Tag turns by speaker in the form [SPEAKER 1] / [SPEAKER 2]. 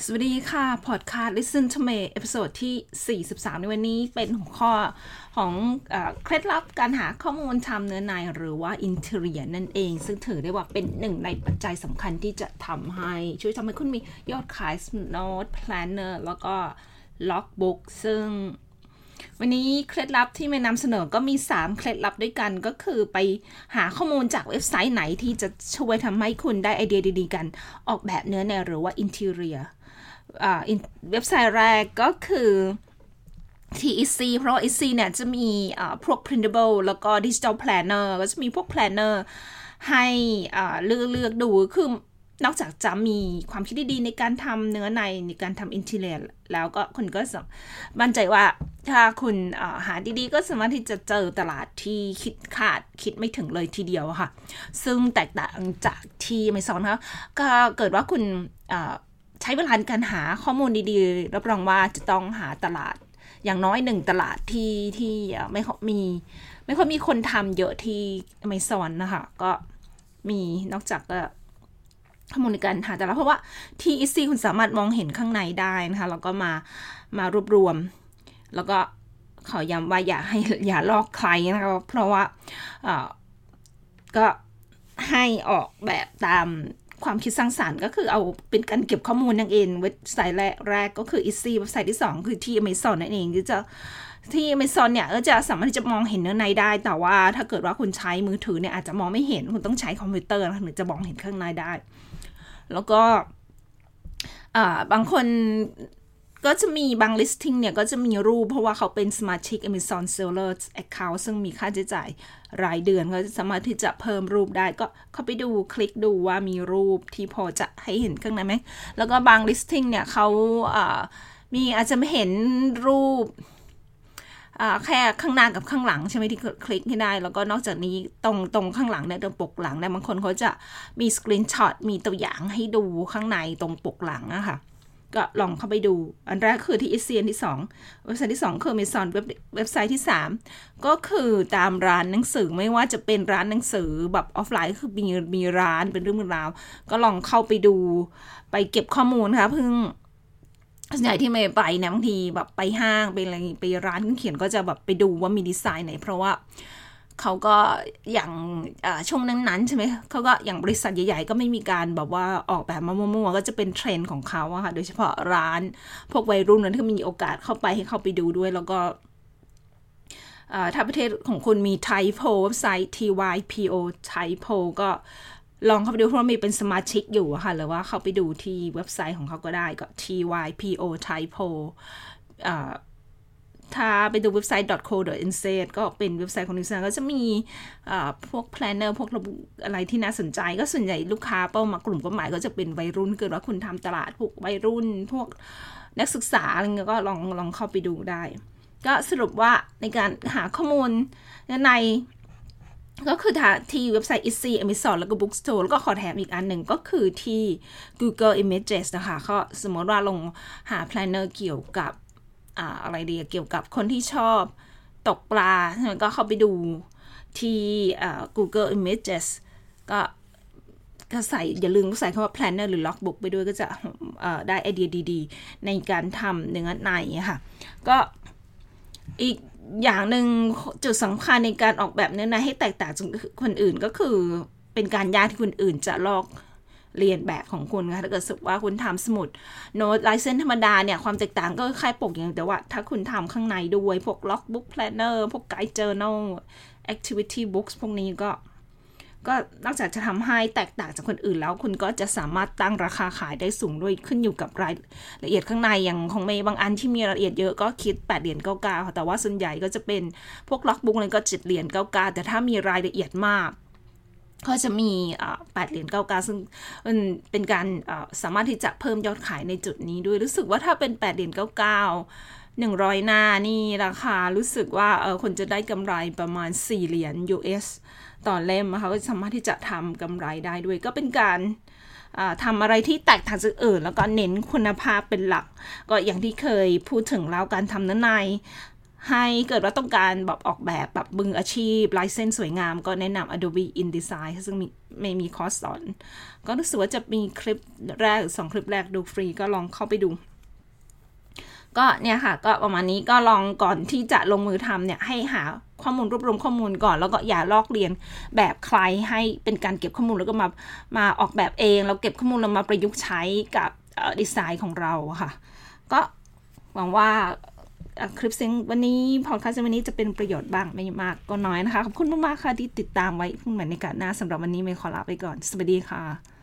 [SPEAKER 1] สวัสดีค่ะพอดคาสต์ Listen to Me เอพิโซดที่43ในวันนี้เป็นหัวข้อของเคล็ดลับการหาข้อมูลทำเนื้อในหรือว่า Interior นั่นเองซึ่งถือได้ว่าเป็นหนึ่งในปัจจัยสำคัญที่จะทำให้ช่วยทำให้คุณมียอดขาย Note Planner แล้วก็ Logbook ซึ่งวันนี้เคล็ดลับที่ไม่นำเสนอก็มี3เคล็ดลับด้วยกันก็คือไปหาข้อมูลจากเว็บไซต์ไหนที่จะช่วยทำให้คุณได้ไอเดียดีๆกันออกแบบเนื้อในหรือว่า Interiorเว็บไซต์แรกก็คือ TEC เพราะว่า EC เนี่ยจะมีพวก printable แล้วก็ digital planner ก็จะมีพวก planner ให้เลือกดูคือนอกจากจะมีความคิดดีๆในการทำเนื้อในการทำ interior แล้วก็คุณก็มั่นใจว่าถ้าคุณหาดีๆก็สามารถที่จะเจอตลาดที่คิดไม่ถึงเลยทีเดียวค่ะซึ่งแตกต่างจากที่Amazonค่ะก็เกิดว่าคุณใช้เวลาในการหาข้อมูลดีๆรับรองว่าจะต้องหาตลาดอย่างน้อย1ตลาดที่ไม่ค่อยมีคนทำเยอะที่Amazonนะคะก็มีนอกจากข้อมูลในการหาตลาดเพราะว่าที่ EC คุณสามารถมองเห็นข้างในได้นะคะแล้วก็มารวบรวมแล้วก็ขอย้ำว่าอย่าลอกใครนะคะเพราะว่าก็ให้ออกแบบตามความคิดสร้างสรรค์ก็คือเอาเป็นการเก็บข้อมูลนั่นเองเว็บไซต์แรกก็คือ EC เว็บไซต์ที่2คือที่ Amazon นั่นเองที่ Amazon เนี่ยจะสามารถที่จะมองเห็นเนื้อในได้แต่ว่าถ้าเกิดว่าคุณใช้มือถือเนี่ยอาจจะมองไม่เห็นคุณต้องใช้คอมพิวเตอร์ถึงจะมองเห็นข้างในได้แล้วก็บางคนก็จะมีบาง listing เนี่ยก็จะมีรูปเพราะว่าเขาเป็นสมาชิก Amazon Seller Account ซึ่งมีค่าใช้จ่ายรายเดือนก็สามารถที่จะเพิ่มรูปได้ก็เข้าไปดูคลิกดูว่ามีรูปที่พอจะให้เห็นข้างในไหมแล้วก็บาง listing เนี่ยเขามีอาจจะไม่เห็นรูปแค่ข้างหน้ากับข้างหลังใช่ไหมที่คลิกให้ได้แล้วก็นอกจากนี้ตรงข้างหลังเนี่ยตรงปกหลังเนี่ยบางคนเขาจะมีสกรีนช็อตมีตัวอย่างให้ดูข้างในตรงปกหลังนะคะก็ลองเข้าไปดูอันแรกคือที่ EC ที่2เว็บไซต์ที่2คือ Amazon เว็บไซต์ที่3ก็คือตามร้านหนังสือไม่ว่าจะเป็นร้านหนังสือแบบออฟไลน์คือมีร้านเป็นเรื่องเป็นราวก็ลองเข้าไปดูไปเก็บข้อมูลค่ะเพิ่งส่วนใหญ่ที่ไม่ไปนะบางทีแบบไปห้างไปอะไรไปร้านเขียนก็จะแบบไปดูว่ามีดีไซน์ไหนเพราะว่าเขาก็อย่างช่วงนั้นๆใช่ไหมเขาก็อย่างบริษัทใหญ่ๆก็ไม่มีการแบบว่าออกแบบมามั่วๆก็จะเป็นเทรนด์ของเขาอะค่ะโดยเฉพาะร้านพวกวัยรุ่นนั้นที่มีโอกาสเข้าไปให้เข้าไปดูด้วยแล้วก็ถ้าประเทศของคุณมี Typo เว็บไซต์ TYPO Typo ก็ลองเข้าไปดูเพราะมีเป็นสมาชิกอยู่ค่ะหรือว่าเข้าไปดูที่เว็บไซต์ของเขาก็ได้ก็ TYPO Typoถ้าไปดูเว็บไซต์ .co.nz ก็เป็นเว็บไซต์ของนิวซีแลนด์ก็จะมีพวก planner พวกระบุอะไรที่น่าสนใจก็ส่วนใหญ่ลูกค้าเป้ากลุ่มเป้าหมายก็จะเป็นวัยรุ่นเกิดว่าคุณทำตลาดพวกวัยรุ่นพวกนักศึกษาอะไรเงี้ยก็ลองเข้าไปดูได้ก็สรุปว่าในการหาข้อมูลในก็คือที่เว็บไซต์ EC Amazon แล้วก็ Bookstore แล้วก็ขอแถมอีกอันหนึ่งก็คือที่ Google Images นะคะก็สมมติว่าลงหา planner เกี่ยวกับอะไรดีเกี่ยวกับคนที่ชอบตกปลาก็เข้าไปดูที่Google Images ก็ใส่อย่าลืมใส่คำว่า planner หรือ logbook ไปด้วยก็จะได้ไอเดียดีๆในการทำเนื้อในค่ะก็อีกอย่างหนึ่งจุดสำคัญในการออกแบบเนื้อในให้แตกต่างจากคนอื่นก็คือเป็นการยากที่คนอื่นจะลอกเรียนแบบของคุณค่ะถ้าเกิดสึกว่าคุณทำสมุดโน้ตลายเส้นธรรมดาเนี่ยความแตกต่างก็คล้ายปกอย่างแต่ว่าถ้าคุณทำข้างในด้วยพวก logbook planner พวก guide journal activity books พวกนี้ก็นอกจากจะทำให้แตกต่างจากคนอื่นแล้วคุณก็จะสามารถตั้งราคาขายได้สูงด้วยขึ้นอยู่กับรายละเอียดข้างในอย่างของเมย์บางอันที่มีรายละเอียดเยอะก็คิด$8.99แต่ว่าส่วนใหญ่ก็จะเป็นพวก logbook อะไรก็$7.99แต่ถ้ามีรายละเอียดมากก็จะมี$8.99ซึ่งเป็นการสามารถที่จะเพิ่มยอดขายในจุดนี้ด้วยรู้สึกว่าถ้าเป็น$8.99 100 หน้านี่ราคารู้สึกว่าคนจะได้กำไรประมาณ$4 USต่อเล่มนะคะก็สามารถที่จะทำกำไรได้ด้วยก็เป็นการทำอะไรที่แตกต่างจากอื่นแล้วก็เน้นคุณภาพเป็นหลักก็อย่างที่เคยพูดถึงแล้วการทำเนื้อในให้เกิดว่าต้องการแบบออกแบบแบบมืออาชีพลายเส้นสวยงามก็แนะนำ Adobe InDesign ซึ่งไม่มีคอร์สสอนก็รู้สึกว่าจะมีคลิปแรก2คลิปแรกดูฟรีก็ลองเข้าไปดูก็เนี่ยค่ะก็ประมาณนี้ก็ลองก่อนที่จะลงมือทำเนี่ยให้หาข้อมูลรวบรวมข้อมูลก่อนแล้วก็อย่าลอกเลียนแบบใครให้เป็นการเก็บข้อมูลแล้วก็มาออกแบบเองแล้วเก็บข้อมูลแล้วมาประยุกต์ใช้กับดีไซน์ของเราค่ะก็หวังว่าคลิปเสียงวันนี้พอดคาสต์วันนี้จะเป็นประโยชน์บ้างไม่มากก็น้อยนะคะขอบคุณมากๆค่ะที่ติดตามไว้พรุ่งนี้ในการหน้าสำหรับวันนี้เมย์ขอลาไปก่อนสวัสดีค่ะ